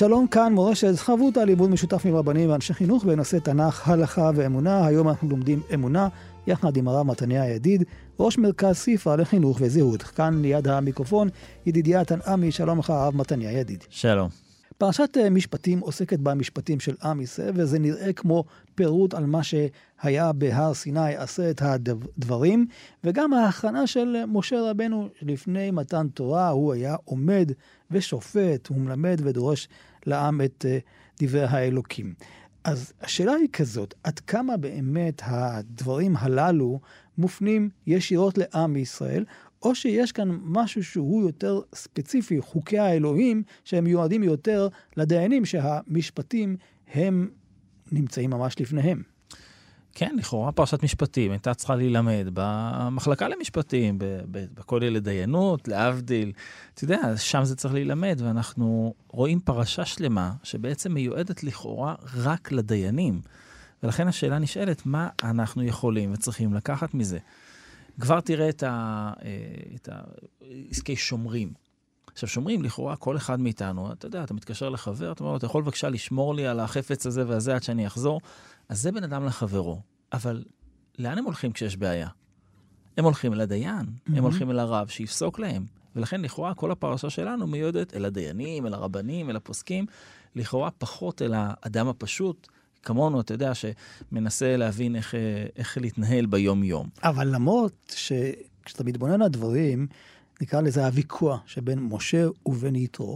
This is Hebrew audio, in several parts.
שלום, כאן מורשת, חברותא לימוד משותף עם רבנים ואנשי חינוך בנושא תנ"ך, הלכה ואמונה. היום אנחנו לומדים אמונה יחד עם הרב מתניה ידיד, ראש מרכז ספרא לחינוך וזהות. כאן ליד המיקרופון ידידיה תנעמי. שלום לך הרב מתניה ידיד. שלום. פרשת משפטים עוסקת במשפטים של עם ישראל, וזה נראה כמו פירוט על מה שהיה בהר סיני, 10 הדברים, וגם ההכנה של משה רבנו לפני מתן תורה. הוא היה עומד ושופט, הוא מלמד ודורש לעם את דברי האלוקים. אז השאלה היא כזאת, עד כמה באמת הדברים הללו מופנים ישירות לעם ישראל, או שיש כאן משהו שהוא יותר ספציפי, חוקי האלוהים, שהם מיועדים יותר לדיינים, שהמשפטים הם נמצאים ממש לפניהם. כן, לכאורה פרשת משפטים, הייתה צריכה להילמד במחלקה למשפטים, בכולל לדיינות, להבדיל. אתה יודע, שם זה צריך להילמד, ואנחנו רואים פרשה שלמה, שבעצם מיועדת לכאורה רק לדיינים. ולכן השאלה נשאלת, מה אנחנו יכולים וצריכים לקחת מזה? כבר תראה את העסקי שומרים. עכשיו, שומרים לכאורה כל אחד מאיתנו, אתה יודע, אתה מתקשר לחבר, אתה אומר לו, אתה יכול בבקשה לשמור לי על החפץ הזה והזה עד שאני אחזור. אז זה בן אדם לחברו. אבל לאן הם הולכים כשיש בעיה? הם הולכים אל הדיין, הם הולכים אל הרב שיפסוק להם. ולכן לכאורה כל הפרשה שלנו מיועדת אל הדיינים, אל הרבנים, אל הפוסקים, לכאורה פחות אל האדם הפשוט, כמונו, אתה יודע, שמנסה להבין איך להתנהל ביום-יום. אבל למרות שכשאתה מתבונן על הדברים, נקרא לזה הוויכוח שבין משה ובין יתרו.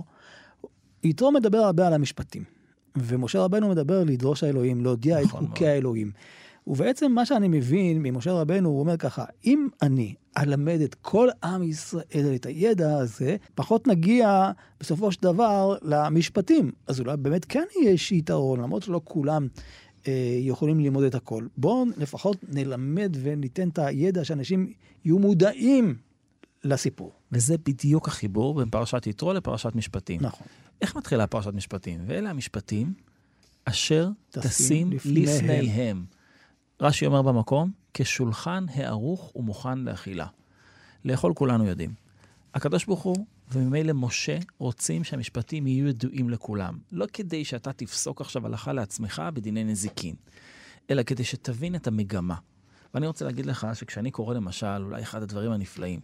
יתרו מדבר הרבה על המשפטים, ומשה רבנו מדבר לדרוש האלוהים, להודיע את חוקי האלוהים. ובעצם מה שאני מבין ממשה רבנו, הוא אומר ככה, אם אני אלמד את כל עם ישראל את הידע הזה, פחות נגיע בסופו של דבר למשפטים. אז אולי באמת כן יש יתרון, למרות שלא כולם יכולים ללמוד את הכל. בואו לפחות נלמד וניתן את הידע שאנשים יהיו מודעים לסיפור. וזה בדיוק החיבור בין פרשת יתרו לפרשת משפטים. נכון. איך מתחילה פרשת משפטים? ואלה המשפטים אשר תשים לפניהם. רש"י אומר במקום, כשולחן הערוך ומוכן לאכילה. לאכול כולנו יודעים. הקדוש ברוך הוא וממילא משה רוצים שהמשפטים יהיו ידועים לכולם. לא כדי שאתה תפסוק עכשיו הלכה לעצמך בדיני נזיקין, אלא כדי שתבין את המגמה. ואני רוצה להגיד לך שכשאני קורא למשל, אולי אחד הדברים הנפלאים,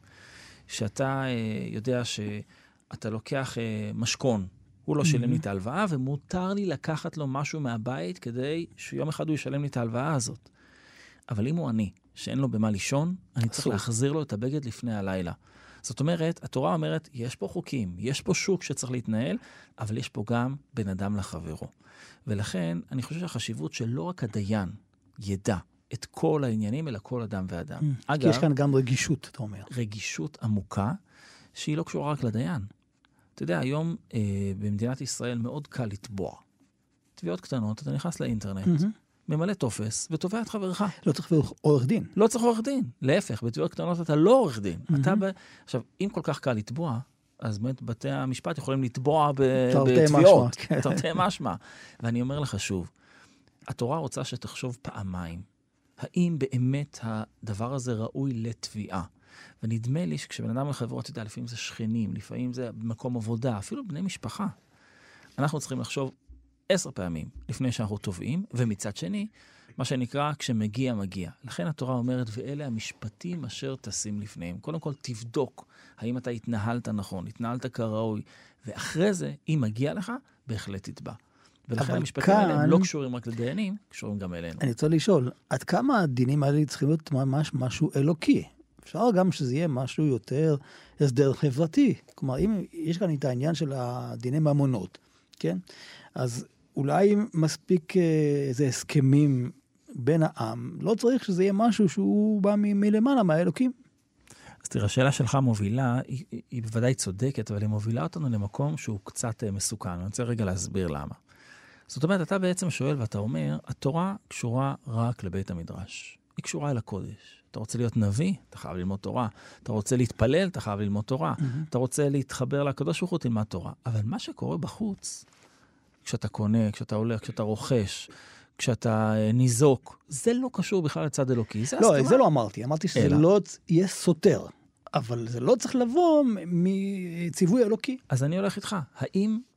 שאתה יודע שאתה לוקח משכון, הוא לא שילם לי את ההלוואה, ומותר לי לקחת לו משהו מהבית כדי שיום אחד הוא ישלם לי את ההלוואה הזאת. אבל אם הוא עני, שאין לו במה לישון, אני צריך להחזיר לו את הבגד לפני הלילה. זאת אומרת, התורה אומרת, יש פה חוקים, יש פה שוק שצריך להתנהל, אבל יש פה גם בן אדם לחברו. ולכן, אני חושב שהחשיבות שלא רק הדיין ידע את כל העניינים, אלא כל אדם ואדם. כי יש כאן גם רגישות, אתה אומר. רגישות עמוקה, שהיא לא קשורה רק לדיין. אתה יודע, היום במדינת ישראל מאוד קל לתבוע. תביעות קטנות, אתה נכנס לאינטרנט, ממלא טופס, ותובע את חברך. לא צריך עורך דין. לא צריך עורך דין. להפך, בתביעות קטנות אתה לא עורך דין. עכשיו, אם כל כך קל לתבוע, אז באמת בתי המשפט יכולים לתבוע בתביעות. תרתי משמע. ואני אומר לך שוב, התורה רוצה שתחשוב פעמיים. האם באמת הדבר הזה ראוי לתביעה? ונדמה לי שכשבן אדם לחברו, אתה יודע, לפעמים זה שכנים, לפעמים זה מקום עבודה, אפילו בני משפחה. אנחנו צריכים לחשוב 10 פעמים לפני שאנחנו תובעים, ומצד שני, מה שנקרא, כשמגיע, מגיע. לכן התורה אומרת, ואלה המשפטים אשר תשים לפניהם. קודם כל, תבדוק האם אתה התנהלת נכון, התנהלת כראוי, ואחרי זה, אם מגיע לך, בהחלט תתבע. ולכן המשפטים האלה הם לא קשורים רק לדיינים, קשורים גם אלינו. אני רוצה לשאול, עד כמה הדינים האלה צריכים להיות ממש משהו אלוקי? אפשר גם שזה יהיה משהו יותר הסדר חברתי. כלומר, אם יש כאן את העניין של הדיני ממונות, כן? אז אולי מספיק איזה הסכמים בין העם. לא צריך שזה יהיה משהו שהוא בא מלמעלה, מהאלוקים. אז תראה, השאלה שלך מובילה, היא בוודאי צודקת, אבל היא מובילה אותנו למקום שהוא קצת מסוכן. אני רוצה רגע להסביר למה. זאת אומרת, אתה בעצם שואל ואתה אומר, התורה קשורה רק לבית המדרש. היא קשורה אל הקודש. אתה רוצה להיות נביא, אתה חייב ללמוד תורה. אתה רוצה להתפלל, אתה חייב ללמוד תורה. אתה רוצה להתחבר לקדוש ברוך הוא, תלמד תורה. אבל מה שקורה בחוץ, כשאתה קונה, כשאתה הולך, כשאתה רוכש, כשאתה ניזוק, זה לא קשור בכלל לצד אלוקי. לא, זה לא אמרתי. אמרתי שזה לא יהיה סותר. אבל זה לא צריך לבוא מציווי אלוקי. אז אני הולך איתך. האם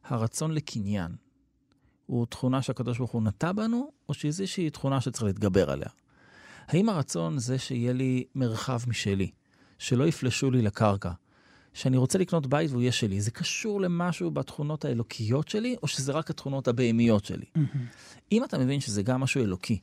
הרצון לקניין הוא תכונה שהקדוש ברוך הוא נטע בנו, או שאיזושהי תכונה שצריך להתגבר עליה? האם הרצון זה שיהיה לי מרחב משלי, שלא יפלשו לי לקרקע, שאני רוצה לקנות בית והוא יהיה שלי, זה קשור למשהו בתכונות האלוקיות שלי, או שזה רק התכונות הבהמיות שלי? אם אתה מבין שזה גם משהו אלוקי,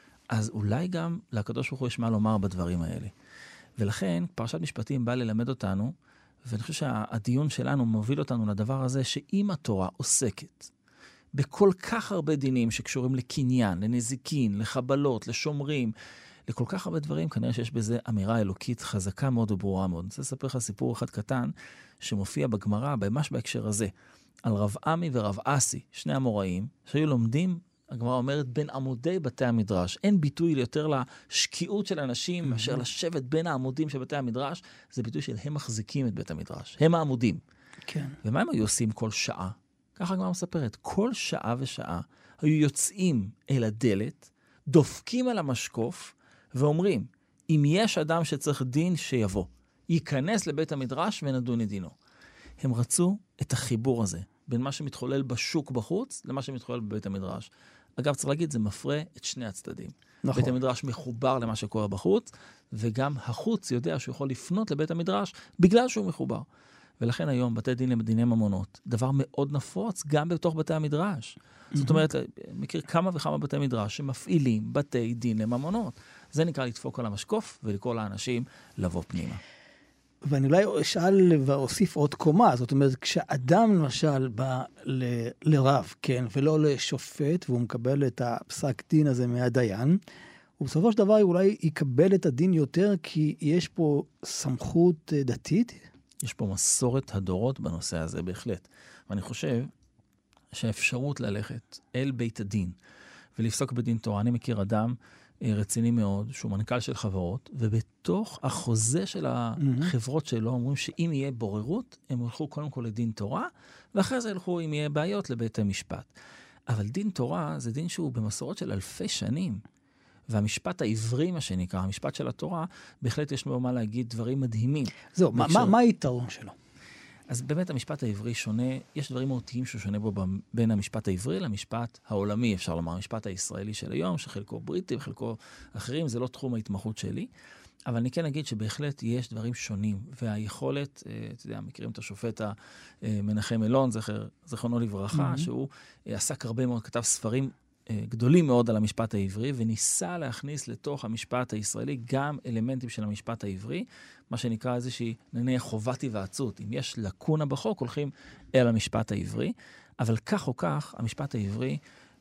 אז אולי גם לקדוש ברוך הוא יש מה לומר בדברים האלה. ולכן, פרשת משפטים בא ללמד אותנו, ואני חושב שהדיון שלנו מוביל אותנו לדבר הזה, שאם התורה עוסקת בכל כך הרבה דינים שקשורים לקניין, לנזיקין, לחבלות, לשומרים, לכל כך הרבה דברים, כנראה שיש בזה אמירה אלוקית חזקה מאוד וברורה מאוד. אני רוצה לספר לך סיפור אחד קטן, שמופיע בגמרא, ממש בהקשר הזה, על רב עמי ורב אסי, שני אמוראים, שהיו לומדים, הגמרא אומרת, בין עמודי בתי המדרש. אין ביטוי יותר לשקיעות של אנשים, מאשר לשבת בין העמודים של בתי המדרש, זה ביטוי של הם מחזיקים את בית המדרש. הם העמודים. כן. ומה הם היו עושים כל שעה? ככה הגמרא מספרת. כל שעה ושעה היו יוצאים אל הדלת, דופקים על המשקוף, ואומרים, אם יש אדם שצריך דין, שיבוא. ייכנס לבית המדרש ונדון את דינו. הם רצו את החיבור הזה, בין מה שמתחולל בשוק בחוץ, למה שמתחולל בבית המדרש. אגב, צריך להגיד, זה מפרה את שני הצדדים. נכון. בית המדרש מחובר למה שקורה בחוץ, וגם החוץ יודע שהוא יכול לפנות לבית המדרש, בגלל שהוא מחובר. ולכן היום, בתי דין לדיני ממונות, דבר מאוד נפוץ, גם בתוך בתי המדרש. זאת אומרת, מכיר כמה וכמה בתי מדרש שמפעילים בתי דין לממונות. זה נקרא לדפוק על המשקוף ולקרוא לאנשים לבוא פנימה. ואני אולי אשאל ואוסיף עוד קומה, זאת אומרת, כשאדם למשל בא לרב, כן, ולא לשופט, והוא מקבל את הפסק דין הזה מהדיין, ובסופו של דבר אולי יקבל את הדין יותר, כי יש פה סמכות דתית? יש פה מסורת הדורות בנושא הזה בהחלט. ואני חושב שהאפשרות ללכת אל בית הדין ולפסוק בדין תורה, אני מכיר אדם רציני מאוד, שהוא מנכ"ל של חברות, ובתוך החוזה של החברות שלו, אומרים שאם יהיה בוררות, הם הולכו קודם כל לדין תורה, ואחרי זה הלכו, אם יהיה בעיות, לבית המשפט. אבל דין תורה זה דין שהוא במסורות של אלפי שנים, והמשפט העברי, מה שנקרא, המשפט של התורה, בהחלט יש לו מה להגיד דברים מדהימים. זהו, מה היתרון שלו? אז באמת המשפט העברי שונה, יש דברים מהותיים שהוא שונה בו בין המשפט העברי למשפט העולמי, אפשר לומר, המשפט הישראלי של היום, שחלקו בריטי וחלקו אחרים, זה לא תחום ההתמחות שלי, אבל אני כן אגיד שבהחלט יש דברים שונים, והיכולת, אתה יודע, מכירים את השופט מנחם אלון, זכרונו לברכה, שהוא עסק הרבה מאוד, כתב ספרים גדולים מאוד על המשפט העברי, וניסה להכניס לתוך המשפט הישראלי גם אלמנטים של המשפט העברי, מה שנקרא איזושהי, נניח, חובת היוועצות. אם יש לקונה בחוק, הולכים אל המשפט העברי, אבל כך או כך, המשפט העברי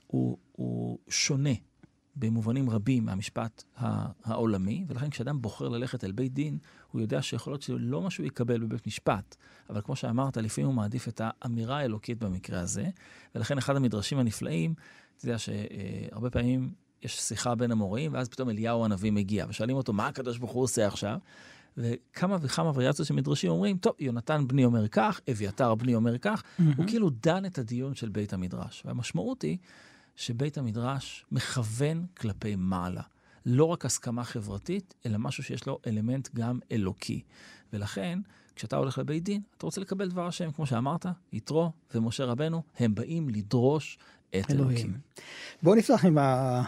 הוא שונה במובנים רבים מהמשפט העולמי, ולכן כשאדם בוחר ללכת אל בית דין, הוא יודע שיכול להיות שלא משהו יקבל בבית משפט, אבל כמו שאמרת, לפעמים הוא מעדיף את האמירה האלוקית במקרה הזה, ולכן אחד המדרשים הנפלאים, אתה יודע שהרבה פעמים יש שיחה בין המוראים, ואז פתאום אליהו הנביא מגיע, ושואלים אותו, מה הקדוש ברוך הוא עושה עכשיו? וכמה וכמה וריאציות של מדרשים אומרים, טוב, יונתן בני אומר כך, אביתר בני אומר כך, הוא כאילו דן את הדיון של בית המדרש. והמשמעות היא שבית המדרש מכוון כלפי מעלה. לא רק הסכמה חברתית, אלא משהו שיש לו אלמנט גם אלוקי. ולכן, כשאתה הולך לבית דין, אתה רוצה לקבל דבר השם, כמו שאמרת, יתרו ומשה רבנו, הם באים לדרוש את אלוקים. בואו נפתח עם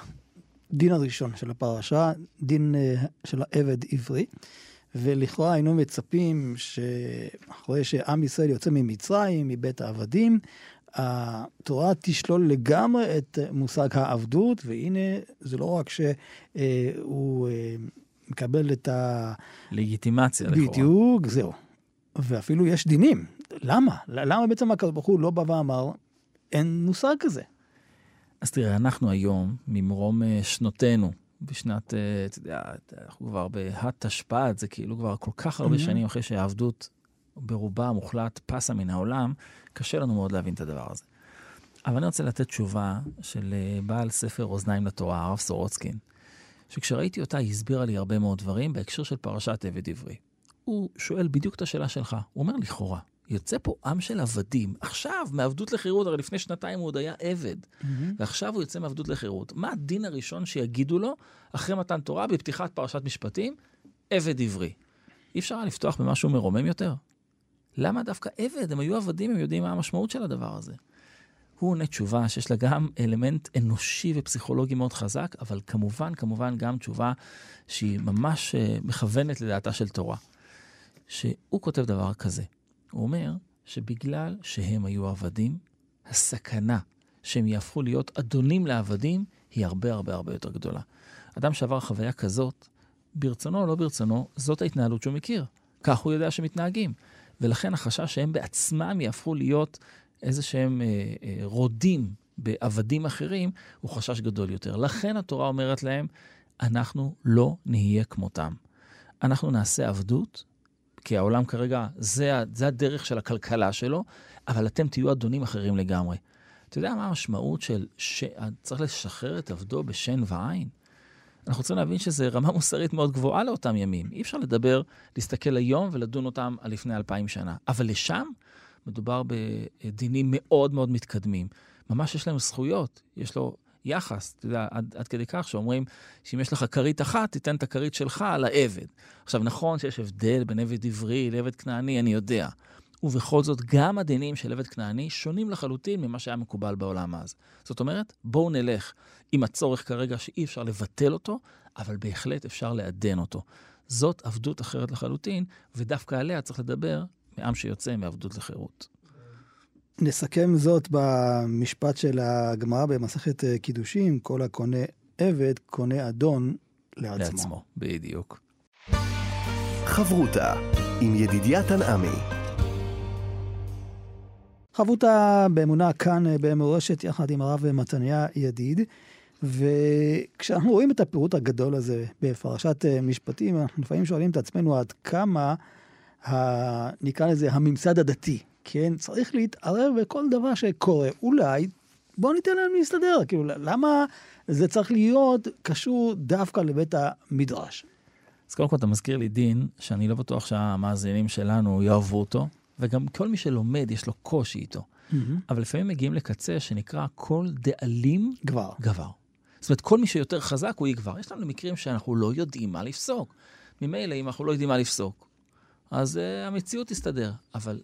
הדין הראשון של הפרשה, דין של העבד עברי, ולכאורה היינו מצפים שאחרי שעם ישראל יוצא ממצרים, מבית העבדים, התורה תשלול לגמרי את מושג העבדות, והנה זה לא רק שהוא מקבל את לגיטימציה לכאורה. בדיוק, זהו. ואפילו יש דינים. למה? למה בעצם הקדוש ברוך הוא לא בא ואמר, אין מושג כזה? אז תראה, אנחנו היום, ממרום שנותינו, בשנת, אתה יודע, אנחנו כבר בהתשפ"ד, זה כאילו כבר כל כך הרבה שנים אחרי שהעבדות ברובה המוחלט פסה מן העולם, קשה לנו מאוד להבין את הדבר הזה. אבל אני רוצה לתת תשובה של בעל ספר אוזניים לתורה, הרב סורוצקין, שכשראיתי אותה, היא הסבירה לי הרבה מאוד דברים בהקשר של פרשת עבד עברי. הוא שואל בדיוק את השאלה שלך. הוא אומר לכאורה, יוצא פה עם של עבדים, עכשיו מעבדות לחירות, הרי לפני שנתיים הוא עוד היה עבד, ועכשיו הוא יוצא מעבדות לחירות. מה הדין הראשון שיגידו לו, אחרי מתן תורה, בפתיחת פרשת משפטים? עבד עברי. אי אפשר לפתוח במשהו מרומם יותר? למה דווקא עבד? הם היו עבדים, הם יודעים מה המשמעות של הדבר הזה. הוא עונה תשובה שיש לה גם אלמנט אנושי ופסיכולוגי מאוד חזק, אבל כמובן גם תשובה שהיא ממש מכוונת לדעתה של תורה. שהוא כותב דבר כזה. הוא אומר שבגלל שהם היו עבדים, הסכנה שהם יהפכו להיות אדונים לעבדים היא הרבה יותר גדולה. אדם שעבר חוויה כזאת, ברצונו או לא ברצונו, זאת ההתנהלות שהוא מכיר. כך הוא יודע שמתנהגים. ולכן החשש שהם בעצמם יהפכו להיות איזה שהם רודים בעבדים אחרים, הוא חשש גדול יותר. לכן התורה אומרת להם, אנחנו לא נהיה כמותם. אנחנו נעשה עבדות, כי העולם כרגע, זה הדרך של הכלכלה שלו, אבל אתם תהיו אדונים אחרים לגמרי. אתה יודע מה המשמעות של צריך לשחרר את עבדו בשן ועין? אנחנו צריכים להבין שזו רמה מוסרית מאוד גבוהה לאותם ימים. אי אפשר לדבר, להסתכל היום ולדון אותם על לפני 2000 שנה. אבל לשם מדובר בדינים מאוד מאוד מתקדמים. ממש יש להם זכויות, יש לו יחס, אתה יודע, עד כדי כך שאומרים שאם יש לך כרית אחת, תיתן את הכרית שלך על העבד. עכשיו, נכון שיש הבדל בין עבד עברי לעבד כנעני, אני יודע. ובכל זאת, גם הדינים של עבד כנעני שונים לחלוטין ממה שהיה מקובל בעולם אז. זאת אומרת, בואו נלך עם הצורך כרגע שאי אפשר לבטל אותו, אבל בהחלט אפשר לעדן אותו. זאת עבדות אחרת לחלוטין, ודווקא עליה צריך לדבר מעם שיוצא מעבדות לחירות. נסכם זאת במשפט של הגמרא במסכת קידושין, כל הקונה עבד, קונה אדון לעצמו. בדיוק. חברותה עם ידידיה תנעמי. חברותה באמונה כאן במורשת יחד עם הרב מתניה ידיד, וכשאנחנו רואים את הפירוט הגדול הזה בפרשת משפטים, אנחנו לפעמים שואלים את עצמנו עד כמה נקרא לזה הממסד הדתי, כן? צריך להתערב בכל דבר שקורה. אולי, בוא ניתן להם להסתדר. כאילו, למה זה צריך להיות קשור דווקא לבית המדרש? אז קודם כל אתה מזכיר לי דין, שאני לא בטוח שהמאזינים שלנו יאהבו אותו, וגם כל מי שלומד יש לו קושי איתו. אבל לפעמים מגיעים לקצה שנקרא כל דאלים גבר. זאת אומרת, כל מי שיותר חזק הוא יגבר. יש לנו מקרים שאנחנו לא יודעים מה לפסוק. ממילא, אם אנחנו לא יודעים מה לפסוק, אז המציאות תסתדר. אבל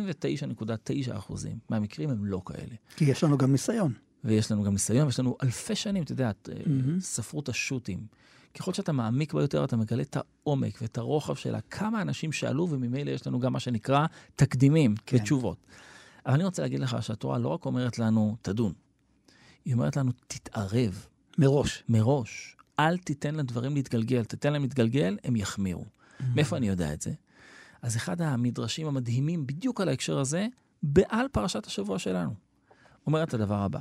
99.9% מהמקרים הם לא כאלה. כי יש לנו גם ניסיון. ויש לנו גם ניסיון, ויש לנו אלפי שנים, אתה יודע, ספרות השו"תים. ככל שאתה מעמיק בה יותר, אתה מגלה את העומק ואת הרוחב שלה, כמה אנשים שאלו, וממילא יש לנו גם מה שנקרא תקדימים ותשובות. אבל אני רוצה להגיד לך שהתורה לא רק אומרת לנו, תדון, היא אומרת לנו, תתערב. מראש. אל תיתן לדברים להתגלגל. תיתן להם להתגלגל, הם יחמירו. מאיפה אני יודע את זה? אז אחד המדרשים המדהימים בדיוק על ההקשר הזה, בעל פרשת השבוע שלנו. אומר את הדבר הבא.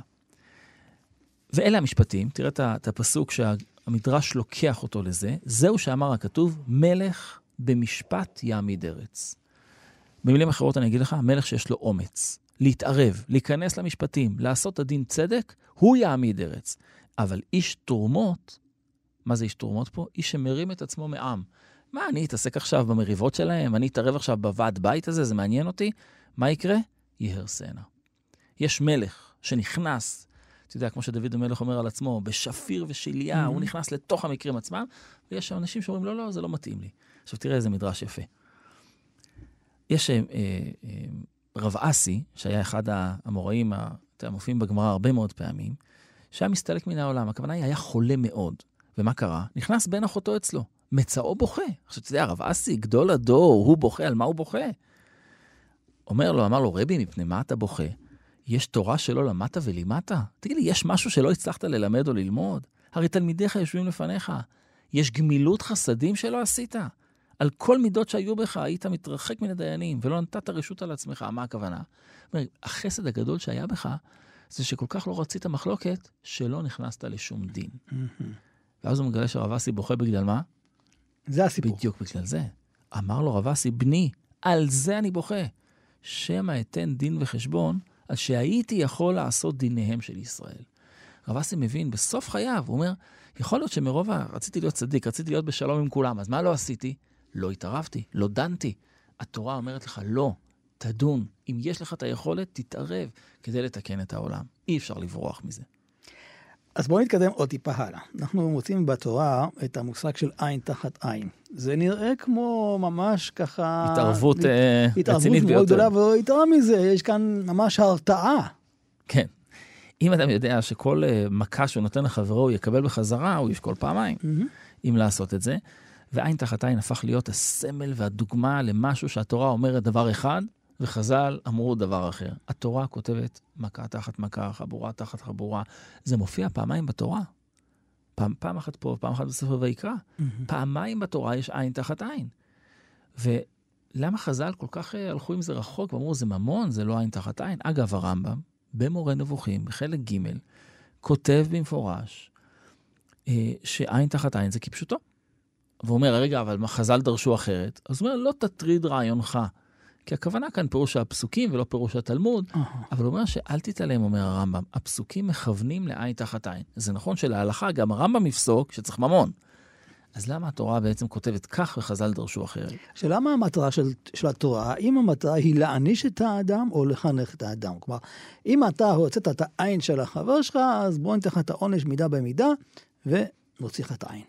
ואלה המשפטים, תראה את הפסוק שהמדרש לוקח אותו לזה, זהו שאמר הכתוב, מלך במשפט יעמיד ארץ. במילים אחרות אני אגיד לך, מלך שיש לו אומץ, להתערב, להיכנס למשפטים, לעשות הדין צדק, הוא יעמיד ארץ. אבל איש תורמות, מה זה איש תורמות פה? איש שמרים את עצמו מעם. מה, אני אתעסק עכשיו במריבות שלהם? אני אתערב עכשיו בוועד בית הזה? זה מעניין אותי? מה יקרה? יהרסנה. יש מלך שנכנס, אתה יודע, כמו שדוד המלך אומר על עצמו, בשפיר ושיליה, הוא נכנס לתוך המקרים עצמם, ויש אנשים שאומרים, לא, זה לא מתאים לי. עכשיו תראה איזה מדרש יפה. יש רב אסי, שהיה אחד המוראים המופיעים בגמרא הרבה מאוד פעמים, שהיה מסתלק מן העולם. הכוונה היא, היה חולה מאוד. ומה קרה? נכנס בן אחותו אצלו. מצאו בוכה. עכשיו אתה יודע, רב אסי, גדול הדור, הוא בוכה, על מה הוא בוכה? אמר לו, רבי, מפני מה אתה בוכה? יש תורה שלא למדת ולימדת? תגיד לי, יש משהו שלא הצלחת ללמד או ללמוד? הרי תלמידיך יושבים לפניך. יש גמילות חסדים שלא עשית. על כל מידות שהיו בך, היית מתרחק מן הדיינים, ולא נתת רשות על עצמך. מה הכוונה? החסד הגדול שהיה בך, זה שכל כך לא רצית מחלוקת, שלא נכנסת לשום דין. ואז הוא מגלה שרב אסי בוכה בגלל מה? זה הסיפור. בדיוק בגלל זה. אמר לו רב אסי, בני, על זה אני בוכה. שמא אתן דין וחשבון, על שהייתי יכול לעשות דיניהם של ישראל. רב אסי מבין, בסוף חייו, הוא אומר, יכול להיות שמרוב רציתי להיות צדיק, רציתי להיות בשלום עם כולם, אז מה לא עשיתי? לא התערבתי, לא דנתי. התורה אומרת לך, לא, תדון. אם יש לך את היכולת, תתערב כדי לתקן את העולם. אי אפשר לברוח מזה. אז בואו נתקדם עוד טיפה הלאה. אנחנו מוצאים בתורה את המושג של עין תחת עין. זה נראה כמו ממש ככה... התערבות רצינית ביותר. מאוד גדולה, ויתרה מזה, יש כאן ממש הרתעה. כן. אם אדם יודע שכל מכה שהוא נותן לחברו הוא יקבל בחזרה, הוא ישקול פעמיים, אם לעשות את זה. ועין תחת עין הפך להיות הסמל והדוגמה למשהו שהתורה אומרת דבר אחד, וחז"ל אמרו דבר אחר. התורה כותבת מכה תחת מכה, חבורה תחת חבורה. זה מופיע פעמיים בתורה. פעם אחת פה, פעם אחת בספר ויקרא. פעמיים בתורה יש עין תחת עין. ולמה חז"ל כל כך הלכו עם זה רחוק, ואמרו זה ממון, זה לא עין תחת עין. אגב, הרמב"ם, במורה נבוכים, בחלק ג', כותב במפורש, שעין תחת עין זה כפשוטו. והוא אומר, רגע, אבל חז"ל דרשו אחרת. אז הוא אומר, לא תטריד רעיונך. כי הכוונה כאן פירוש הפסוקים ולא פירוש התלמוד, אבל הוא אומר שאל תתעלם, אומר הרמב"ם, הפסוקים מכוונים לעין תחת עין. זה נכון שלהלכה גם הרמב"ם יפסוק שצריך ממון. אז למה התורה בעצם כותבת כך וחז"ל דרשו אחרת? שלמה המטרה של התורה, האם המטרה היא להעניש את האדם או לחנך את האדם? כלומר, אם אתה הוצאת את העין של החבר שלך, אז בוא ניתן לך את העונש מידה במידה, ונוציא לך את העין.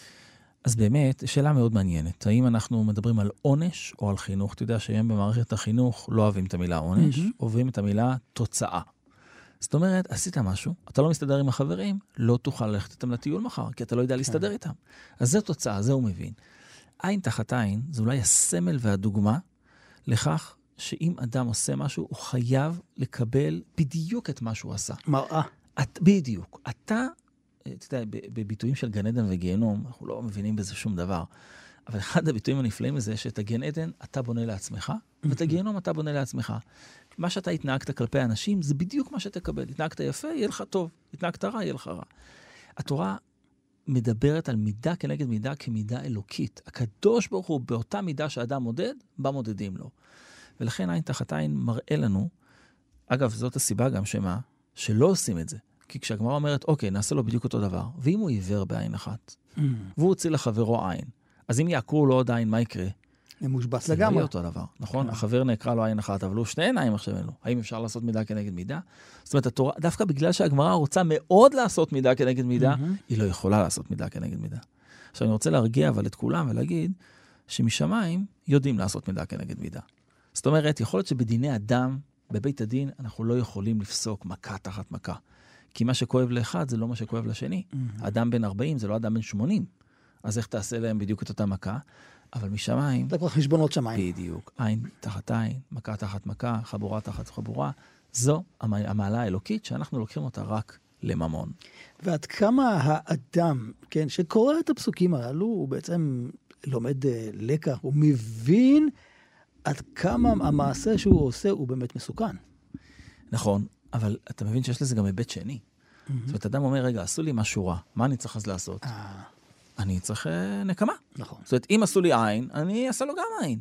אז באמת, שאלה מאוד מעניינת. האם אנחנו מדברים על עונש או על חינוך? אתה יודע שהיום במערכת החינוך לא אוהבים את המילה עונש, אוהבים את המילה תוצאה. זאת אומרת, עשית משהו, אתה לא מסתדר עם החברים, לא תוכל ללכת איתם לטיול מחר, כי אתה לא יודע להסתדר איתם. אז זה תוצאה, זה הוא מבין. עין תחת עין, זה אולי הסמל והדוגמה לכך שאם אדם עושה משהו, הוא חייב לקבל בדיוק את מה שהוא עשה. מראה. בדיוק. אתה יודע, בביטויים של גן עדן וגיהנום, אנחנו לא מבינים בזה שום דבר, אבל אחד הביטויים הנפלאים הזה, שאת הגן עדן אתה בונה לעצמך, ואת הגיהנום אתה בונה לעצמך. מה שאתה התנהגת כלפי אנשים, זה בדיוק מה שתקבל. התנהגת יפה, יהיה לך טוב. התנהגת רע, יהיה לך רע. התורה מדברת על מידה כנגד מידה כמידה אלוקית. הקדוש ברוך הוא, באותה מידה שאדם מודד, בה מודדים לו. ולכן עין תחת עין מראה לנו, אגב, זאת הסיבה גם שמה, שלא עושים את זה. כי כשהגמרא אומרת, אוקיי, נעשה לו בדיוק אותו דבר, ואם הוא עיוור בעין אחת, והוא הוציא לחברו עין, אז אם יעקרו לו עוד עין, מה יקרה? הם מושבץ לגמרי. זה לא יהיה לגמרי. אותו דבר, נכון? החבר נעקרה לו עין אחת, אבל הוא שני עיניים עכשיו אין לו. האם אפשר לעשות מידה כנגד מידה? זאת אומרת, התורה, דווקא בגלל שהגמרא רוצה מאוד לעשות מידה כנגד מידה, היא לא יכולה לעשות מידה כנגד מידה. עכשיו, אני רוצה להרגיע אבל את כולם ולהגיד שמשמיים יודעים לעשות מידה כנגד מידה. זאת אומרת, יכול להיות שבדיני אדם, בבית הדין, אנחנו לא יכולים לפסוק מכה תחת מכה. כי מה שכואב לאחד זה לא מה שכואב לשני. אדם בן 40 זה לא אדם בן 80. אז איך תעשה להם בדיוק את אותה מכה? אבל משמיים... זה כבר חשבונות שמיים. בדיוק. עין תחת עין, מכה תחת מכה, חבורה תחת חבורה. זו המעלה האלוקית שאנחנו לוקחים אותה רק לממון. ועד כמה האדם, כן, שקורא את הפסוקים הללו, הוא בעצם לומד לקח, הוא מבין עד כמה המעשה שהוא עושה הוא באמת מסוכן. נכון, אבל אתה מבין שיש לזה גם היבט שני. זאת אומרת, אדם אומר, רגע, עשו לי משהו רע, מה אני צריך אז לעשות? אני צריך נקמה. נכון. זאת אומרת, אם עשו לי עין, אני אעשה לו גם עין.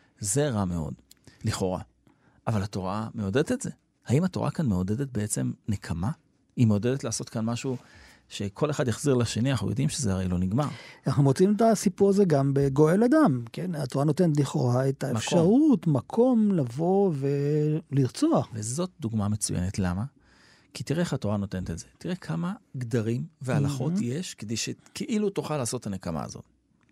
זה רע מאוד, לכאורה. אבל התורה מעודדת את זה. האם התורה כאן מעודדת בעצם נקמה? היא מעודדת לעשות כאן משהו שכל אחד יחזיר לשני, אנחנו יודעים שזה הרי לא נגמר. אנחנו מוצאים את הסיפור הזה גם בגואל אדם, כן? התורה נותנת לכאורה את האפשרות, מקום לבוא ולרצוח. וזאת דוגמה מצוינת. למה? כי תראה איך התורה נותנת את זה. תראה כמה גדרים והלכות יש, כדי שכאילו תוכל לעשות את הנקמה הזאת.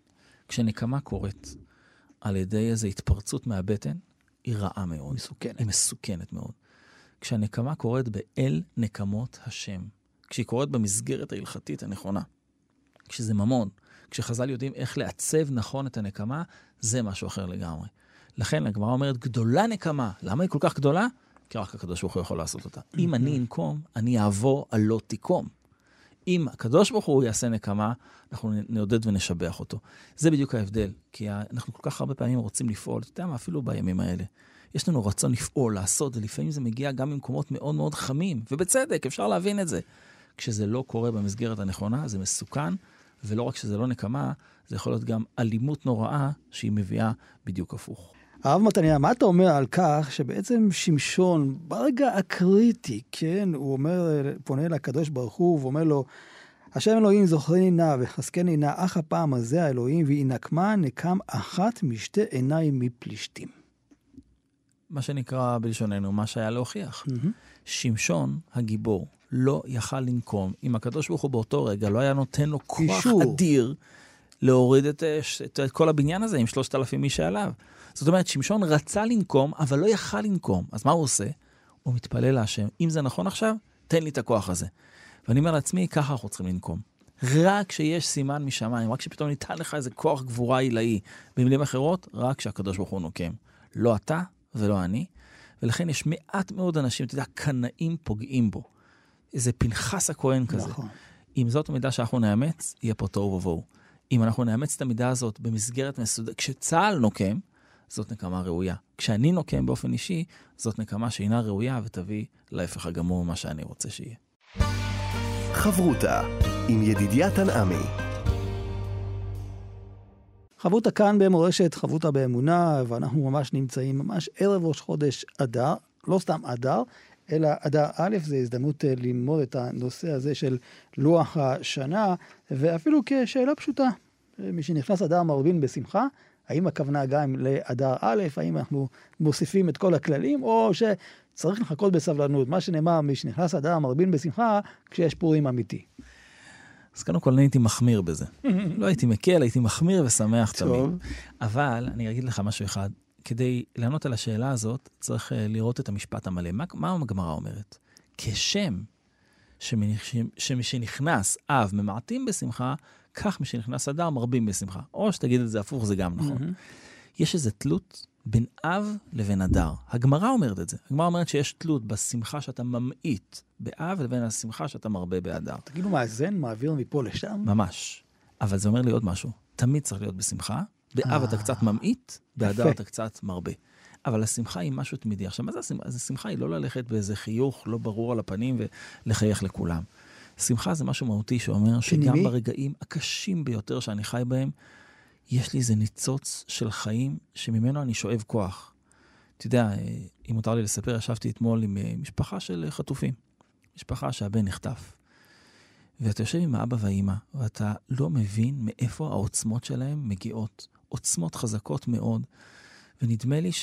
כשנקמה קורית על ידי איזו התפרצות מהבטן, היא רעה מאוד. מסוכנת. היא מסוכנת מאוד. כשהנקמה קורית באל נקמות השם, כשהיא קורית במסגרת ההלכתית הנכונה, כשזה ממון, כשחז"ל יודעים איך לעצב נכון את הנקמה, זה משהו אחר לגמרי. לכן הגמרא אומרת, גדולה נקמה. למה היא כל כך גדולה? כי רק הקדוש ברוך הוא יכול לעשות אותה. אם אני אנקום, אני אעבור על לא תיקום. אם הקדוש ברוך הוא יעשה נקמה, אנחנו נעודד ונשבח אותו. זה בדיוק ההבדל, כי אנחנו כל כך הרבה פעמים רוצים לפעול, אתה יודע מה, אפילו בימים האלה. יש לנו רצון לפעול, לעשות, ולפעמים זה מגיע גם ממקומות מאוד מאוד חמים, ובצדק, אפשר להבין את זה. כשזה לא קורה במסגרת הנכונה, זה מסוכן, ולא רק שזה לא נקמה, זה יכול להיות גם אלימות נוראה, שהיא מביאה בדיוק הפוך. הרב מתניה, מה אתה אומר על כך שבעצם שמשון, ברגע הקריטי, כן, הוא אומר, פונה לקדוש ברוך הוא, ואומר לו, השם אלוהים זוכרני נא וחזקני נא, אך הפעם הזה האלוהים, והיא נקמה נקם אחת משתי עיניים מפלישתים. מה שנקרא בלשוננו, מה שהיה להוכיח. שמשון, הגיבור, לא יכל לנקום. אם הקדוש ברוך הוא באותו רגע לא היה נותן לו כוח אדיר להוריד את כל הבניין הזה עם 3,000 איש שעליו. זאת אומרת, שמשון רצה לנקום, אבל לא יכל לנקום. אז מה הוא עושה? הוא מתפלל להשם. אם זה נכון עכשיו, תן לי את הכוח הזה. ואני אומר לעצמי, ככה אנחנו צריכים לנקום. רק שיש סימן משמיים, רק שפתאום ניתן לך איזה כוח גבורה עילאי. במילים אחרות, רק שהקדוש ברוך הוא נוקם. לא אתה ולא אני. ולכן יש מעט מאוד אנשים, אתה יודע, קנאים פוגעים בו. איזה פנחס הכהן כזה. נכון. אם זאת המידה שאנחנו נאמץ, יהיה פה תוהו ובוהו. אם אנחנו נאמץ את המידה הזאת במסגרת מסודרת, כשצהל נוקם, זאת נקמה ראויה. כשאני נוקם באופן אישי, זאת נקמה שאינה ראויה ותביא להפך הגמור מה שאני רוצה שיהיה. חברותה עם ידידיה תנעמי. חברותה כאן במורשת, חברותה באמונה, ואנחנו ממש נמצאים ממש ערב ראש חודש אדר, לא סתם אדר, אלא אדר א', זה הזדמנות ללמוד את הנושא הזה של לוח השנה, ואפילו כשאלה פשוטה, מי שנכנס אדר מרבין בשמחה, האם הכוונה גם לאדר א', האם אנחנו מוסיפים את כל הכללים, או שצריך לחכות בסבלנות, מה שנאמר, מי שנכנס אדר מרבין בשמחה, כשיש פורים אמיתי. אז קודם כל אני הייתי מחמיר בזה. לא הייתי מקל, הייתי מחמיר ושמח תמיד. אבל אני אגיד לך משהו אחד, כדי לענות על השאלה הזאת, צריך לראות את המשפט המלא. מה הגמרא אומרת? כשם שמשנכנס אב ממעטים בשמחה, כך משנכנס אדר מרבים בשמחה. או שתגיד את זה הפוך, זה גם נכון. יש איזו תלות בין אב לבין אדר. הגמרא אומרת את זה. הגמרא אומרת שיש תלות בשמחה שאתה ממעיט באב, לבין השמחה שאתה מרבה באדר. תגידו, מאזן, מעביר מפה לשם? ממש. אבל זה אומר לי עוד משהו. תמיד צריך להיות בשמחה. באב אתה קצת ממעיט, באדר אתה קצת מרבה. אבל השמחה היא משהו תמידי. עכשיו, מה זה השמחה? אז השמחה היא לא ללכת באיזה חיוך לא ברור על הפנים ולחייך לכולם. שמחה זה משהו מהותי שאומר שגם ברגעים הקשים ביותר שאני חי בהם, יש לי איזה ניצוץ של חיים שממנו אני שואב כוח. אתה יודע, אם מותר לי לספר, ישבתי אתמול עם משפחה של חטופים. משפחה שהבן נחטף. ואתה יושב עם האבא והאמא, ואתה לא מבין מאיפה העוצמות שלהם מגיעות. עוצמות חזקות מאוד. ונדמה לי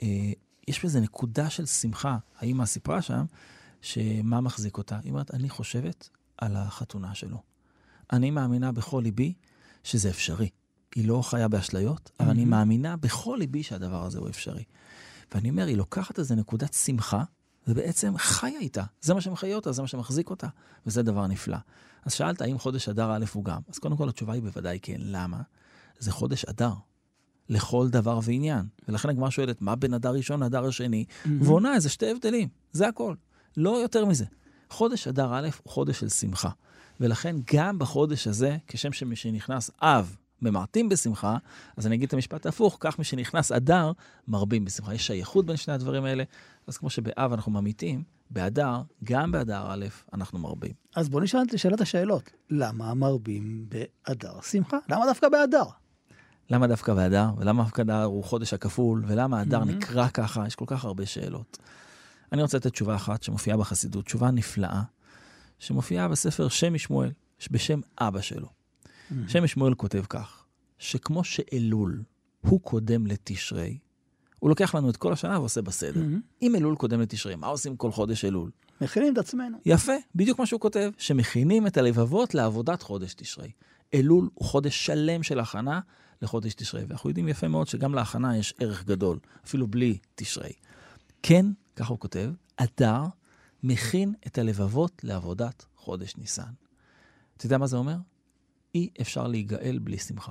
שיש בזה נקודה של שמחה. האמא סיפרה שם, שמה מחזיק אותה? היא אומרת, אני חושבת על החתונה שלו. אני מאמינה בכל ליבי שזה אפשרי. היא לא חיה באשליות, אבל אני מאמינה בכל ליבי שהדבר הזה הוא אפשרי. ואני אומר, היא לוקחת איזו נקודת שמחה, ובעצם חיה איתה. זה מה שמחיה אותה, זה מה שמחזיק אותה, וזה דבר נפלא. אז שאלת, האם חודש אדר א' הוא גם? אז קודם כל התשובה היא בוודאי כן. למה? זה חודש אדר. לכל דבר ועניין. ולכן הגמרא שואלת, מה בין אדר ראשון לאדר השני? ועונה איזה שתי הבדלים. זה הכל. לא יותר מזה. חודש אדר א' הוא חודש של שמחה. ולכן גם בחודש הזה, כשם שנכנס אב, ממעטים בשמחה, אז אני אגיד את המשפט ההפוך, כך משנכנס אדר, מרבים בשמחה. יש שייכות בין שני הדברים האלה, אז כמו שבאב אנחנו ממיתים, באדר, גם באדר א', אנחנו מרבים. אז בוא נשאל את שאלת השאלות. למה מרבים באדר שמחה? למה דווקא באדר? למה דווקא באדר? ולמה דווקא אדר הוא חודש הכפול? ולמה אדר נקרא ככה? יש כל כך הרבה שאלות. אני רוצה לתת תשובה אחת שמופיעה בחסידות, תשובה נפלאה, שמופיעה בספר שם משמואל, בשם אבא שלו. שם משמואל כותב כך, שכמו שאלול הוא קודם לתשרי, הוא לוקח לנו את כל השנה ועושה בסדר. אם אלול קודם לתשרי, מה עושים כל חודש אלול? מכינים את עצמנו. יפה, בדיוק מה שהוא כותב, שמכינים את הלבבות לעבודת חודש תשרי. אלול הוא חודש שלם של הכנה לחודש תשרי, ואנחנו יודעים יפה מאוד שגם להכנה יש ערך גדול, אפילו בלי תשרי. כן, כך הוא כותב, אדר מכין את הלבבות לעבודת חודש ניסן. אתה יודע מה זה אומר? אי אפשר להיגאל בלי שמחה.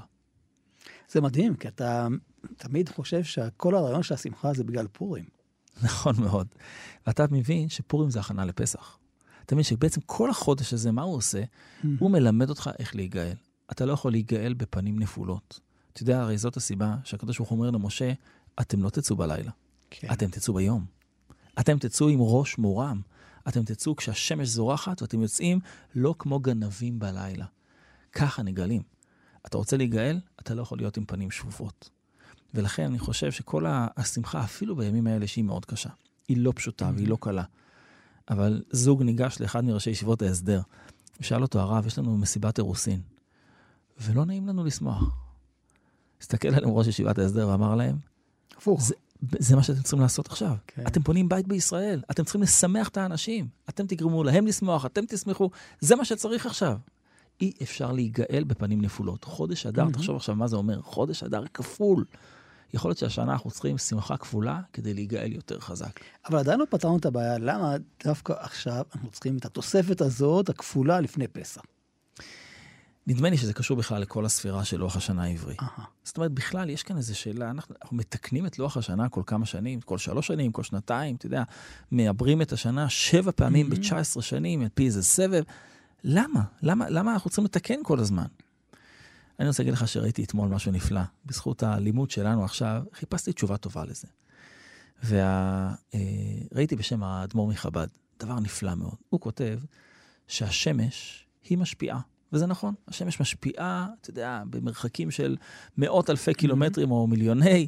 זה מדהים, כי אתה תמיד חושב שכל הרעיון של השמחה זה בגלל פורים. נכון מאוד. ואתה מבין שפורים זה הכנה לפסח. אתה מבין שבעצם כל החודש הזה, מה הוא עושה? הוא מלמד אותך איך להיגאל. אתה לא יכול להיגאל בפנים נפולות. אתה יודע, הרי זאת הסיבה שהקדוש ברוך הוא אומר למשה, אתם לא תצאו בלילה. כן. אתם תצאו ביום. אתם תצאו עם ראש מורם. אתם תצאו כשהשמש זורחת, ואתם יוצאים לא כמו גנבים בלילה. ככה נגלים. אתה רוצה להיגאל, אתה לא יכול להיות עם פנים שפופות. ולכן אני חושב שכל השמחה, אפילו בימים האלה שהיא מאוד קשה, היא לא פשוטה והיא לא קלה. אבל זוג ניגש לאחד מראשי ישיבות ההסדר, ושאל אותו, הרב, יש לנו מסיבת אירוסין, ולא נעים לנו לשמוח. הסתכל עליהם ראש ישיבת ההסדר ואמר להם, הפוך. זה מה שאתם צריכים לעשות עכשיו. כן. אתם פונים בית בישראל, אתם צריכים לשמח את האנשים, אתם תגרמו להם לשמוח, אתם תשמחו, זה מה שצריך עכשיו. אי אפשר להיגאל בפנים נפולות. חודש אדר, תחשוב עכשיו מה זה אומר, חודש אדר כפול. יכול להיות שהשנה אנחנו צריכים שמחה כפולה כדי להיגאל יותר חזק. אבל עדיין לא פתרנו את הבעיה, למה דווקא עכשיו אנחנו צריכים את התוספת הזאת, הכפולה לפני פסח? נדמה לי שזה קשור בכלל לכל הספירה של לוח השנה העברי. זאת אומרת, בכלל יש כאן איזו שאלה, אנחנו מתקנים את לוח השנה כל כמה שנים, כל 3 שנים, כל 2, אתה יודע, מעברים את השנה 7 פעמים ב-19 שנים, על פי איזה סבב. למה? למה אנחנו צריכים לתקן כל הזמן? אני רוצה להגיד לך שראיתי אתמול משהו נפלא. בזכות הלימוד שלנו עכשיו, חיפשתי תשובה טובה לזה. וראיתי בשם האדמו"ר מחב"ד, דבר נפלא מאוד. הוא כותב שהשמש היא משפיעה. וזה נכון, השמש משפיעה, אתה יודע, במרחקים של מאות אלפי קילומטרים או מיליוני,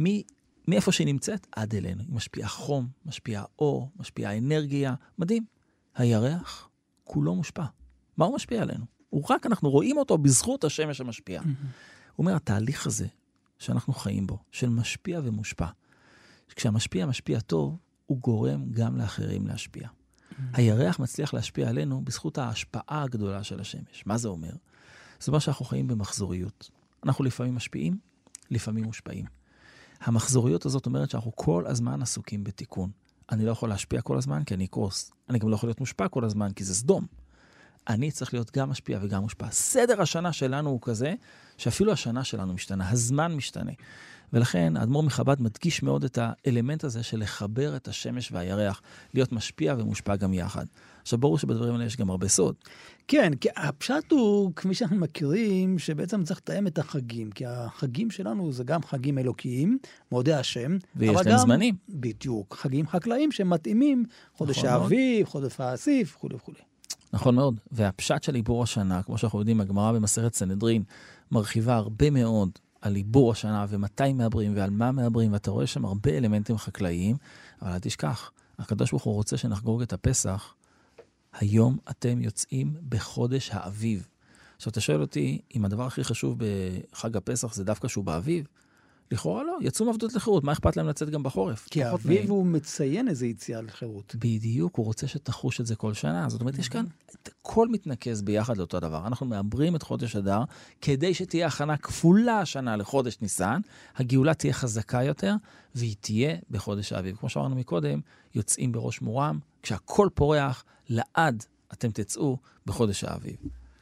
מאיפה שהיא נמצאת עד אלינו. היא משפיעה חום, משפיעה אור, משפיעה אנרגיה. מדהים. הירח כולו מושפע. מה הוא משפיע עלינו? אנחנו רואים אותו בזכות השמש המשפיעה. הוא אומר, התהליך הזה שאנחנו חיים בו, של משפיע ומושפע, כשהמשפיע משפיע טוב, הוא גורם גם לאחרים להשפיע. הירח מצליח להשפיע עלינו בזכות ההשפעה הגדולה של השמש. מה זה אומר? זה אומר שאנחנו חיים במחזוריות. אנחנו לפעמים משפיעים, לפעמים מושפעים. המחזוריות הזאת אומרת שאנחנו כל הזמן עסוקים בתיקון. אני לא יכול להשפיע כל הזמן כי אני אקרוס. אני גם לא יכול להיות מושפע כל הזמן כי זה סדום. אני צריך להיות גם משפיע וגם מושפע. סדר השנה שלנו הוא כזה, שאפילו השנה שלנו משתנה, הזמן משתנה. ולכן, האדמו"ר מחב"ד מדגיש מאוד את האלמנט הזה של לחבר את השמש והירח, להיות משפיע ומושפע גם יחד. עכשיו, ברור שבדברים האלה יש גם הרבה סוד. כן, כי הפשט הוא, כפי שאנחנו מכירים, שבעצם צריך לתאם את החגים, כי החגים שלנו זה גם חגים אלוקיים, מועדי השם. ויש להם זמנים. בדיוק, חגים חקלאיים שמתאימים, חודש האביב, חודש האסיף, וכו' וכו'. נכון מאוד, והפשט של עיבור השנה, כמו שאנחנו יודעים, הגמרא במסכת סנהדרין, מרחיבה הרבה מאוד על עיבור השנה ומתי מעברים ועל מה מעברים, ואתה רואה שם הרבה אלמנטים חקלאיים, אבל אל תשכח, הקדוש ברוך הוא רוצה שנחגוג את הפסח, היום אתם יוצאים בחודש האביב. עכשיו אתה שואל אותי, אם הדבר הכי חשוב בחג הפסח זה דווקא שהוא באביב, לכאורה לא, יצאו מעבדות לחירות, מה אכפת להם לצאת גם בחורף? כי האביב הוא מציין איזו יציאה לחירות. בדיוק, הוא רוצה שתחוש את זה כל שנה. זאת אומרת, יש כאן, הכל מתנקז ביחד לאותו דבר. אנחנו מעברים את חודש אדר, כדי שתהיה הכנה כפולה השנה לחודש ניסן, הגאולה תהיה חזקה יותר, והיא תהיה בחודש האביב. כמו שאמרנו מקודם, יוצאים בראש מורם, כשהכל פורח, לעד אתם תצאו בחודש האביב.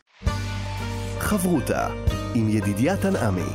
חברותה עם ידידיה תנעמי.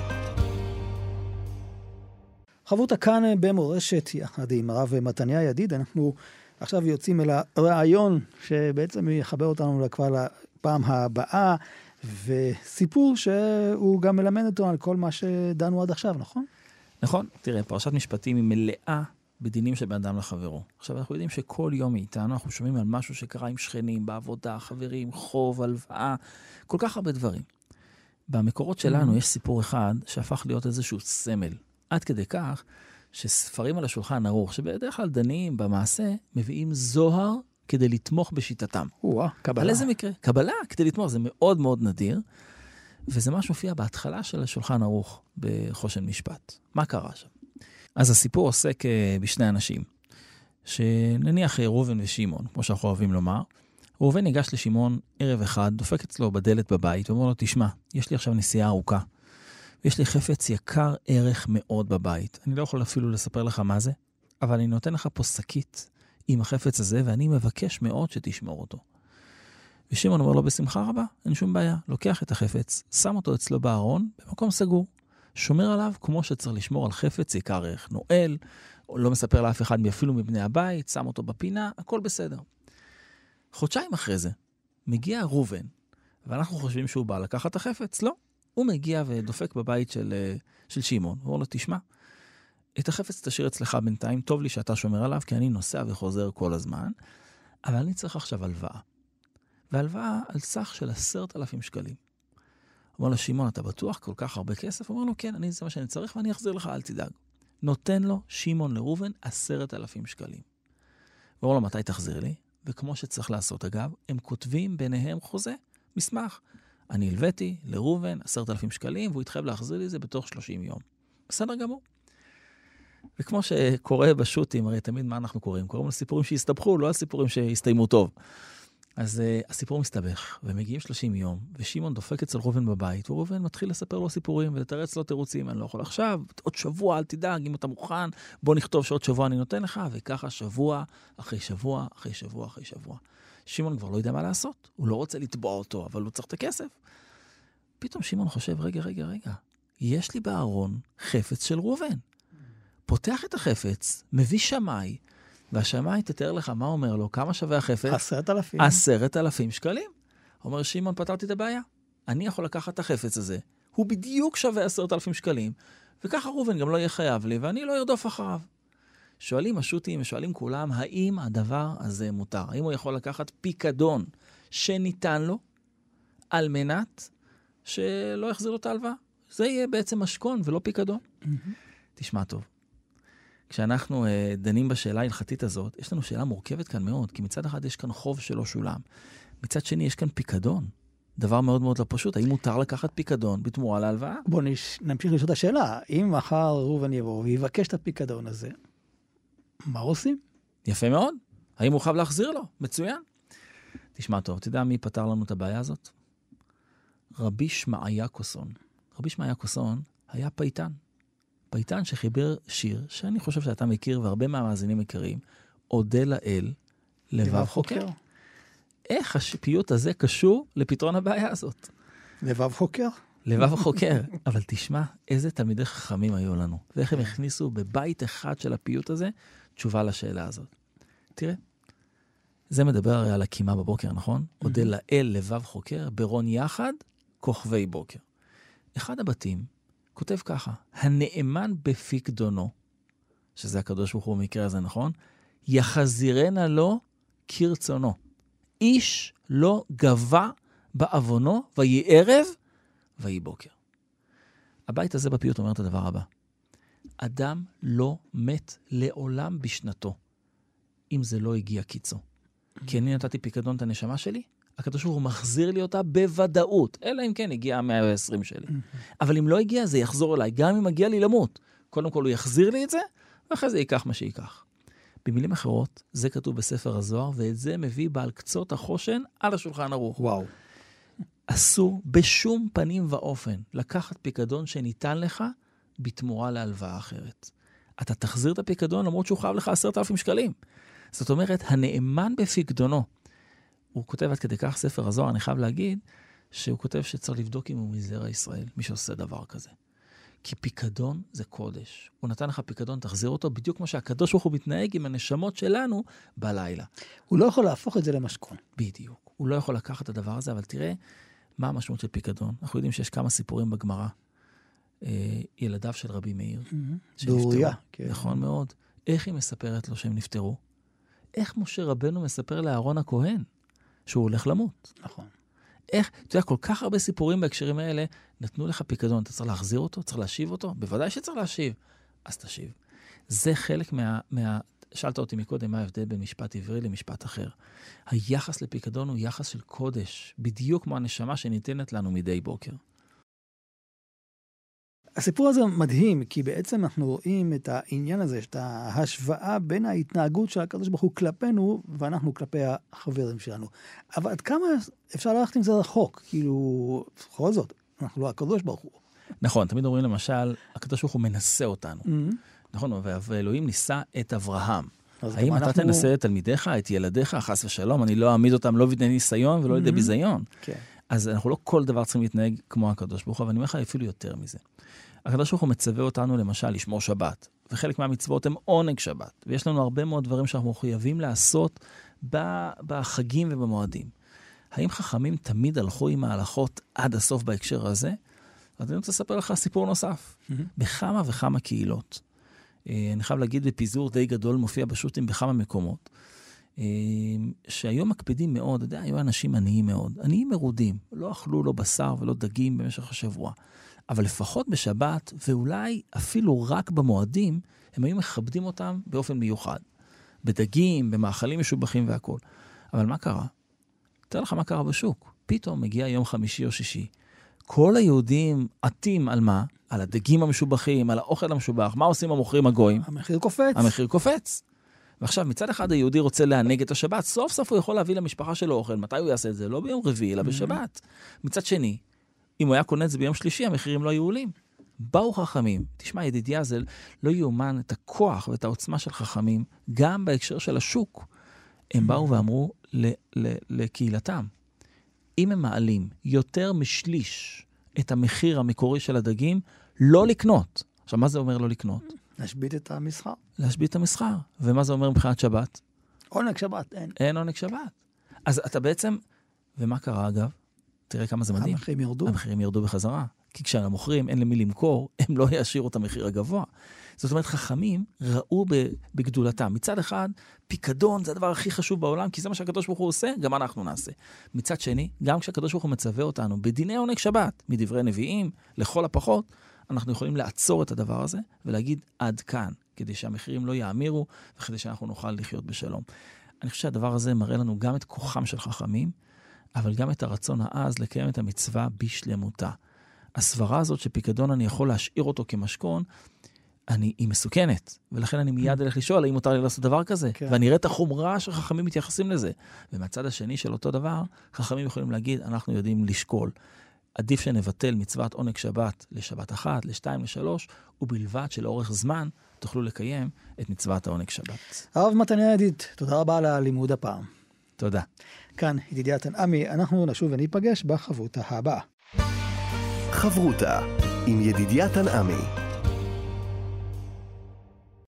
חברותה כאן במורשת, יחד עם הרב מתניה ידיד, אנחנו עכשיו יוצאים אל הרעיון שבעצם יחבר אותנו כבר לפעם הבאה, וסיפור שהוא גם מלמד אותו על כל מה שדנו עד עכשיו, נכון? נכון, תראה, פרשת משפטים היא מלאה בדינים של בן אדם לחברו. עכשיו אנחנו יודעים שכל יום מאיתנו אנחנו שומעים על משהו שקרה עם שכנים, בעבודה, חברים, חוב, הלוואה, כל כך הרבה דברים. במקורות שלנו יש סיפור אחד שהפך להיות איזשהו סמל. עד כדי כך שספרים על השולחן ערוך, שבדרך כלל דנים במעשה, מביאים זוהר כדי לתמוך בשיטתם. קבלה. על איזה מקרה? קבלה כדי לתמוך, זה מאוד מאוד נדיר. וזה מה שמופיע בהתחלה של השולחן ערוך בחושן משפט. מה קרה שם? אז הסיפור עוסק בשני אנשים, שנניח ראובן ושמעון, כמו שאנחנו אוהבים לומר. ראובן ניגש לשמעון ערב אחד, דופק אצלו בדלת בבית, ואומר לו, תשמע, יש לי עכשיו נסיעה ארוכה. יש לי חפץ יקר ערך מאוד בבית. אני לא יכול אפילו לספר לך מה זה, אבל אני נותן לך פה שקית עם החפץ הזה, ואני מבקש מאוד שתשמור אותו. ושמעון אומר לו, בשמחה רבה, אין שום בעיה. לוקח את החפץ, שם אותו אצלו בארון, במקום סגור. שומר עליו כמו שצריך לשמור על חפץ יקר ערך. נועל, לא מספר לאף אחד אפילו מבני הבית, שם אותו בפינה, הכל בסדר. חודשיים אחרי זה, מגיע ראובן, ואנחנו חושבים שהוא בא לקחת את החפץ. לא. הוא מגיע ודופק בבית של שמעון. הוא אומר לו, תשמע, את החפץ תשאיר אצלך בינתיים, טוב לי שאתה שומר עליו, כי אני נוסע וחוזר כל הזמן, אבל אני צריך עכשיו הלוואה. והלוואה על סך של 10,000 שקלים. הוא אומר לו, שמעון, אתה בטוח כל כך הרבה כסף? הוא אומר לו, כן, זה מה שאני צריך ואני אחזיר לך, אל תדאג. נותן לו שמעון לראובן 10,000 שקלים. הוא אומר לו, מתי תחזיר לי? וכמו שצריך לעשות, אגב, הם כותבים ביניהם חוזה, מסמך. אני הלוויתי לראובן 10,000 שקלים, והוא התחייב להחזיר לי זה בתוך 30 יום. בסדר גמור. וכמו שקורה בשוטים, הרי תמיד מה אנחנו קוראים? קוראים לסיפורים שהסתבכו, לא לסיפורים שהסתיימו טוב. אז הסיפור מסתבך, ומגיעים 30 יום, ושמעון דופק אצל ראובן בבית, וראובן מתחיל לספר לו סיפורים, ולתרץ לו תירוצים, אני לא יכול עכשיו, עוד שבוע, אל תדאג, אם אתה מוכן, בוא נכתוב שעוד שבוע אני נותן לך, וככה שבוע, אחרי שבוע, אחרי שבוע, אחרי שבוע. שמעון כבר לא יודע מה לעשות, הוא לא רוצה לתבוע אותו, אבל הוא צריך את הכסף. פתאום שמעון חושב, רגע, יש לי בארון חפץ של ראובן. פותח את החפץ, מביא שמאי, והשמאי תתאר לך מה אומר לו, כמה שווה החפץ? 10,000. 10,000 שקלים. אומר שמעון, פתרתי את הבעיה. אני יכול לקחת את החפץ הזה, הוא בדיוק שווה 10,000 שקלים, וככה ראובן גם לא יהיה חייב לי, ואני לא ארדוף אחריו. שואלים השוטים, שואלים כולם, האם הדבר הזה מותר? האם הוא יכול לקחת פיקדון שניתן לו, על מנת שלא יחזיר לו את ההלוואה? זה יהיה בעצם משכון ולא פיקדון. תשמע טוב. כשאנחנו דנים בשאלה ההלכתית הזאת, יש לנו שאלה מורכבת כאן מאוד, כי מצד אחד יש כאן חוב שלא שולם. מצד שני יש כאן פיקדון. דבר מאוד מאוד לא פשוט. האם מותר לקחת פיקדון בתמורה להלוואה? בואו נמשיך לשאול את השאלה. אם מחר ראובן יבוא ויבקש את הפיקדון הזה, מה עושים? יפה מאוד. האם הוא חייב להחזיר לו? מצוין. תשמע טוב, תדע מי פתר לנו את הבעיה הזאת? רבי שמעיה קוסון. רבי שמעיה קוסון היה פייטן. פייטן שחיבר שיר, שאני חושב שאתה מכיר, והרבה מהמאזינים מכירים, אודה לאל, לבב חוקר. איך הפיוט הזה קשור לפתרון הבעיה הזאת? לבב חוקר? לבב חוקר. אבל תשמע, איזה תלמידי חכמים היו לנו, ואיך הם הכניסו בבית אחד של הפיוט הזה, תשובה לשאלה הזאת. תראה, זה מדבר הרי על הקימה בבוקר, נכון? אודה לאל, לבב חוקר, ברון יחד, כוכבי בוקר. אחד הבתים, כותב ככה, הנאמן בפיקדונו, שזה הקדוש ברוך הוא במקרה הזה, נכון? יחזירנה לו כרצונו. איש לא גבה בעוונו, ויהי ערב, ויהי בוקר. הבית הזה בפיוט אומר את הדבר הבא. אדם לא מת לעולם בשנתו, אם זה לא הגיע קיצו. כי אני נתתי פיקדון את הנשמה שלי, הקדוש ברוך הוא מחזיר לי אותה בוודאות, אלא אם כן הגיע 120 שלי. אבל אם לא הגיע, זה יחזור אליי, גם אם מגיע לי למות. קודם כל הוא יחזיר לי את זה, ואחרי זה ייקח מה שיקח. במילים אחרות, זה כתוב בספר הזוהר, ואת זה מביא בעל קצות החושן על השולחן ערוך. וואו. אסור בשום פנים ואופן לקחת פיקדון שניתן לך בתמורה להלוואה אחרת. אתה תחזיר את הפיקדון למרות שהוא חייב לך 10,000 שקלים. זאת אומרת, הנאמן בפיקדונו, הוא כותב עד כדי כך ספר הזוהר, אני חייב להגיד, שהוא כותב שצריך לבדוק אם הוא מזרע ישראל, מי שעושה דבר כזה. כי פיקדון זה קודש. הוא נתן לך פיקדון, תחזיר אותו, בדיוק כמו שהקדוש ברוך הוא מתנהג עם הנשמות שלנו בלילה. הוא לא יכול להפוך את זה למשכון. בדיוק. הוא לא יכול לקחת את הדבר הזה, אבל תראה מה המשמעות של פיקדון. אנחנו יודעים שיש כמה סיפורים בגמרא. ילדיו של רבי מאיר, באוריה. נכון מאוד. איך היא מספרת לו שהם נפטרו? איך משה רבנו מספר לאהרון הכהן שהוא הולך למות? נכון. איך, אתה יודע, כל כך הרבה סיפורים בהקשרים האלה, נתנו לך פיקדון, אתה צריך להחזיר אותו? צריך להשיב אותו? בוודאי שצריך להשיב. אז תשיב. זה חלק שאלת אותי מקודם, מה ההבדל בין משפט עברי למשפט אחר. היחס לפיקדון הוא יחס של קודש, בדיוק כמו הנשמה שניתנת לנו מדי בוקר. הסיפור הזה מדהים, כי בעצם אנחנו רואים את העניין הזה, את ההשוואה בין ההתנהגות של הקדוש ברוך הוא כלפינו, ואנחנו כלפי החברים שלנו. אבל עד כמה אפשר ללכת עם זה רחוק? כאילו, בכל זאת, אנחנו לא הקדוש ברוך הוא. נכון, תמיד אומרים למשל, הקדוש ברוך הוא מנסה אותנו. נכון, ואלוהים ניסה את אברהם. האם אתה תנסה את תלמידיך, את ילדיך, חס ושלום, אני לא אעמיד אותם לא בידי ניסיון ולא בידי ביזיון. כן. אז אנחנו לא כל דבר צריכים להתנהג כמו הקדוש ברוך הוא, אבל אני אומר לך אפילו יותר מזה. הקדוש ברוך הוא מצווה אותנו למשל לשמור שבת, וחלק מהמצוות הם עונג שבת, ויש לנו הרבה מאוד דברים שאנחנו חייבים לעשות בחגים ובמועדים. האם חכמים תמיד הלכו עם ההלכות עד הסוף בהקשר הזה? אז אני רוצה לספר לך סיפור נוסף. בכמה וכמה קהילות. אני חייב להגיד, בפיזור די גדול מופיע בשוטים בכמה מקומות, שהיום מקפידים מאוד, אתה יודע, היו אנשים עניים מאוד, עניים מרודים, לא אכלו לא בשר ולא דגים במשך השבוע, אבל לפחות בשבת, ואולי אפילו רק במועדים, הם היו מכבדים אותם באופן מיוחד, בדגים, במאכלים משובחים והכל. אבל מה קרה? תראה לך מה קרה בשוק. פתאום מגיע יום חמישי או שישי, כל היהודים עטים על מה? על הדגים המשובחים, על האוכל המשובח. מה עושים המוכרים הגויים? המחיר קופץ. המחיר קופץ. ועכשיו, מצד אחד היהודי רוצה להנהג את השבת, סוף סוף הוא יכול להביא למשפחה שלו אוכל. מתי הוא יעשה את זה? לא ביום רביעי, אלא בשבת. מצד שני, אם הוא היה קונה את זה ביום שלישי, המחירים לא היו עולים. באו חכמים. תשמע, ידידיה, זה לא יאומן את הכוח ואת העוצמה של חכמים, גם בהקשר של השוק. הם באו ואמרו לקהילתם, אם הם מעלים יותר משליש את המחיר המקורי של הדגים, לא לקנות. עכשיו, מה זה אומר לא לקנות? להשבית את המסחר. להשבית את המסחר. ומה זה אומר מבחינת שבת? עונג שבת, אין. אין עונג שבת. אז אתה בעצם, ומה קרה אגב? תראה כמה זה מדהים. המחירים ירדו. המחירים ירדו בחזרה. כי כשהמוכרים אין למי למכור, הם לא ישאירו את המחיר הגבוה. זאת אומרת, חכמים ראו בגדולתם. מצד אחד, פיקדון זה הדבר הכי חשוב בעולם, כי זה מה שהקדוש ברוך הוא עושה, גם אנחנו נעשה. מצד שני, גם כשהקדוש ברוך הוא מצווה אותנו בדיני עונג שבת, מדברי נביאים, לכל הפחות, אנחנו יכולים לעצור את הדבר הזה ולהגיד עד כאן, כדי שהמחירים לא יאמירו וכדי שאנחנו נוכל לחיות בשלום. אני חושב שהדבר הזה מראה לנו גם את כוחם של חכמים, אבל גם את הרצון העז לקיים את המצווה בשלמותה. הסברה הזאת שפיקדון אני יכול להשאיר אותו כמשכון, היא מסוכנת, ולכן אני מיד אלך לשאול, האם מותר לי לעשות דבר כזה? כן. ואני אראה את החומרה שחכמים מתייחסים לזה. ומהצד השני של אותו דבר, חכמים יכולים להגיד, אנחנו יודעים לשקול. עדיף שנבטל מצוות עונג שבת לשבת 1, ל2, ל3, ובלבד שלאורך זמן תוכלו לקיים את מצוות העונג שבת. הרב מתניה ידיד, תודה רבה על הלימוד הפעם. תודה. כאן ידידיה תנעמי, אנחנו נשוב וניפגש בחברותה הבאה. חברותה עם ידידיה תנעמי.